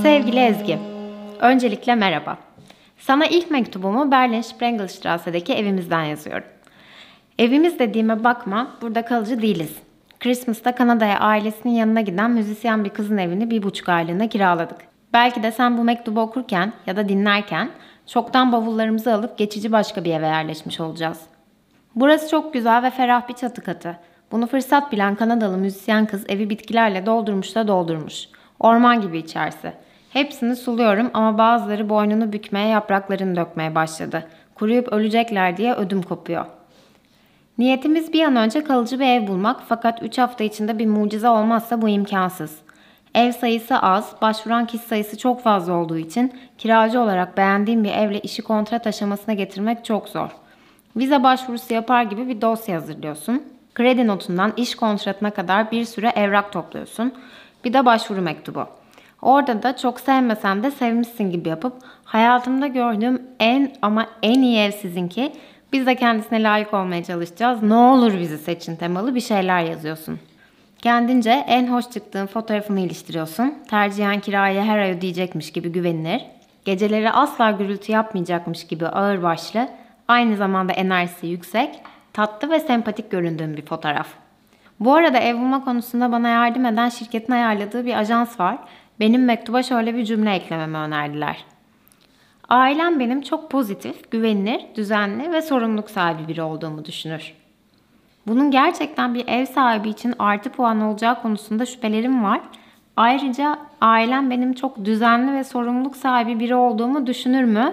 Sevgili Ezgi, öncelikle merhaba. Sana ilk mektubumu Berlin Sprengelstrasse'deki evimizden yazıyorum. Evimiz dediğime bakma, burada kalıcı değiliz. Christmas'ta Kanada'ya ailesinin yanına giden müzisyen bir kızın evini 1,5 aylığına kiraladık. Belki de sen bu mektubu okurken ya da dinlerken çoktan bavullarımızı alıp geçici başka bir eve yerleşmiş olacağız. Burası çok güzel ve ferah bir çatı katı. Bunu fırsat bilen Kanadalı müzisyen kız evi bitkilerle doldurmuş da doldurmuş. Orman gibi içerisi. Hepsini suluyorum ama bazıları boynunu bükmeye, yapraklarını dökmeye başladı. Kuruyup ölecekler diye ödüm kopuyor. Niyetimiz bir an önce kalıcı bir ev bulmak, fakat 3 hafta içinde bir mucize olmazsa bu imkansız. Ev sayısı az, başvuran kişi sayısı çok fazla olduğu için kiracı olarak beğendiğim bir evle işi kontrat aşamasına getirmek çok zor. Vize başvurusu yapar gibi bir dosya hazırlıyorsun. Kredi notundan iş kontratına kadar bir sürü evrak topluyorsun. Bir de başvuru mektubu. Orada da çok sevmesem de sevmişsin gibi yapıp hayatımda gördüğüm en iyi ev sizinki. Biz de kendisine layık olmaya çalışacağız. Ne olur bizi seçin temalı bir şeyler yazıyorsun. Kendince en hoş çıktığın fotoğrafını iliştiriyorsun. Tercihen kirayı her ay ödeyecekmiş gibi güvenilir. Geceleri asla gürültü yapmayacakmış gibi ağırbaşlı. Aynı zamanda enerjisi yüksek, tatlı ve sempatik göründüğün bir fotoğraf. Bu arada ev bulma konusunda bana yardım eden şirketin ayarladığı bir ajans var. Benim mektuba şöyle bir cümle eklememi önerdiler. Ailem benim çok pozitif, güvenilir, düzenli ve sorumluluk sahibi biri olduğumu düşünür. Bunun gerçekten bir ev sahibi için artı puan olacağı konusunda şüphelerim var. Ayrıca ailem benim çok düzenli ve sorumluluk sahibi biri olduğumu düşünür mü?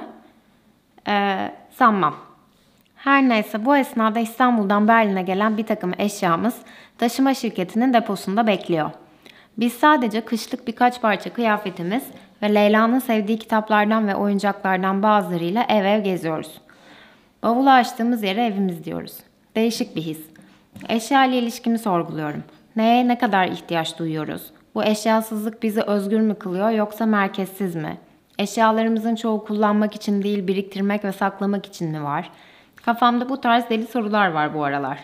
Sanmam. Her neyse, bu esnada İstanbul'dan Berlin'e gelen bir takım eşyamız taşıma şirketinin deposunda bekliyor. Biz sadece kışlık birkaç parça kıyafetimiz ve Leyla'nın sevdiği kitaplardan ve oyuncaklardan bazılarıyla ev ev geziyoruz. Bavulu açtığımız yere evimiz diyoruz. Değişik bir his. Eşya ile ilişkimi sorguluyorum. Neye ne kadar ihtiyaç duyuyoruz? Bu eşyasızlık bizi özgür mü kılıyor yoksa merkezsiz mi? Eşyalarımızın çoğu kullanmak için değil, biriktirmek ve saklamak için mi var? Kafamda bu tarz deli sorular var bu aralar.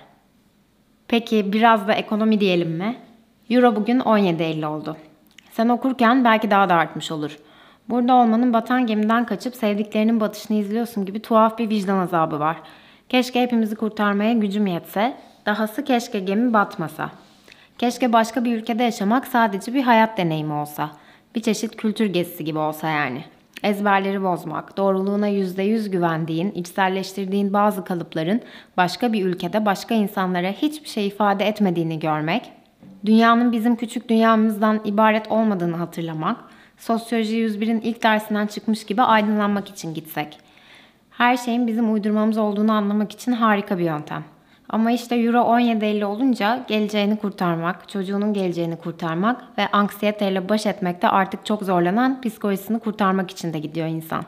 Peki biraz da ekonomi diyelim mi? Euro bugün 17.50 oldu. Sen okurken belki daha da artmış olur. Burada olmanın batan gemiden kaçıp sevdiklerinin batışını izliyorsun gibi tuhaf bir vicdan azabı var. Keşke hepimizi kurtarmaya gücüm yetse, dahası keşke gemi batmasa. Keşke başka bir ülkede yaşamak sadece bir hayat deneyimi olsa. Bir çeşit kültür gezisi gibi olsa yani. Ezberleri bozmak, doğruluğuna %100 güvendiğin, içselleştirdiğin bazı kalıpların başka bir ülkede başka insanlara hiçbir şey ifade etmediğini görmek, dünyanın bizim küçük dünyamızdan ibaret olmadığını hatırlamak, Sosyoloji 101'in ilk dersinden çıkmış gibi aydınlanmak için gitsek. Her şeyin bizim uydurmamız olduğunu anlamak için harika bir yöntem. Ama işte Euro 17.50 olunca geleceğini kurtarmak, çocuğunun geleceğini kurtarmak ve anksiyeteyle baş etmekte artık çok zorlanan psikolojisini kurtarmak için de gidiyor insan.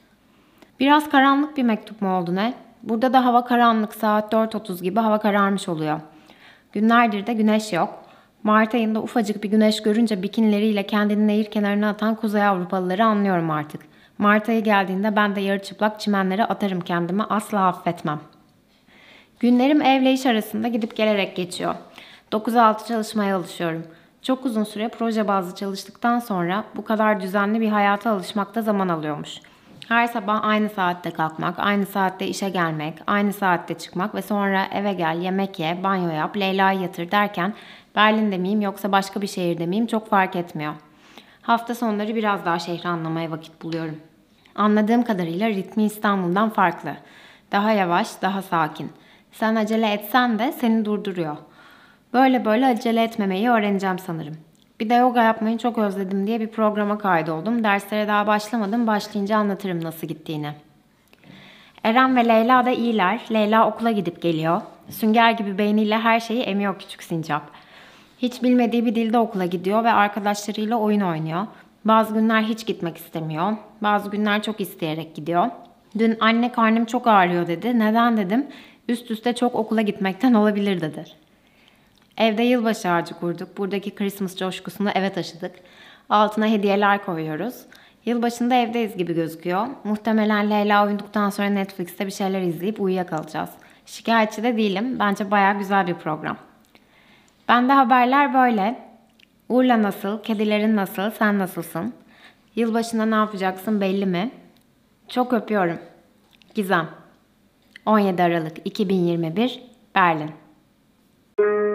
Biraz karanlık bir mektup mu oldu ne? Burada da hava karanlık, saat 4.30 gibi hava kararmış oluyor. Günlerdir de güneş yok. Mart ayında ufacık bir güneş görünce bikinileriyle kendini nehir kenarına atan Kuzey Avrupalıları anlıyorum artık. Mart ayı geldiğinde ben de yarı çıplak çimenlere atarım kendimi, asla affetmem. Günlerim evle iş arasında gidip gelerek geçiyor. 9-6 çalışmaya alışıyorum. Çok uzun süre proje bazlı çalıştıktan sonra bu kadar düzenli bir hayata alışmakta zaman alıyormuş. Her sabah aynı saatte kalkmak, aynı saatte işe gelmek, aynı saatte çıkmak ve sonra eve gel, yemek ye, banyo yap, Leyla'yı yatır derken Berlin'de miyim yoksa başka bir şehirde miyim çok fark etmiyor. Hafta sonları biraz daha şehri anlamaya vakit buluyorum. Anladığım kadarıyla ritmi İstanbul'dan farklı. Daha yavaş, daha sakin. Sen acele etsen de seni durduruyor. Böyle böyle acele etmemeyi öğreneceğim sanırım. Bir de yoga yapmayı çok özledim diye bir programa kaydoldum. Derslere daha başlamadım. Başlayınca anlatırım nasıl gittiğini. Eren ve Leyla da iyiler. Leyla okula gidip geliyor. Sünger gibi beyniyle her şeyi emiyor küçük sincap. Hiç bilmediği bir dilde okula gidiyor ve arkadaşlarıyla oyun oynuyor. Bazı günler hiç gitmek istemiyor. Bazı günler çok isteyerek gidiyor. Dün anne karnım çok ağrıyor dedi. Neden dedim. Üst üste çok okula gitmekten olabilir dedi. Evde yılbaşı ağacı kurduk. Buradaki Christmas coşkusunu eve taşıdık. Altına hediyeler koyuyoruz. Yılbaşında evdeyiz gibi gözüküyor. Muhtemelen Leyla uyuduktan sonra Netflix'te bir şeyler izleyip uyuyakalacağız. Şikayetçi de değilim. Bence bayağı güzel bir program. Bende haberler böyle. Urla nasıl? Kedilerin nasıl? Sen nasılsın? Yılbaşında ne yapacaksın belli mi? Çok öpüyorum. Gizem. 17 Aralık 2021 Berlin.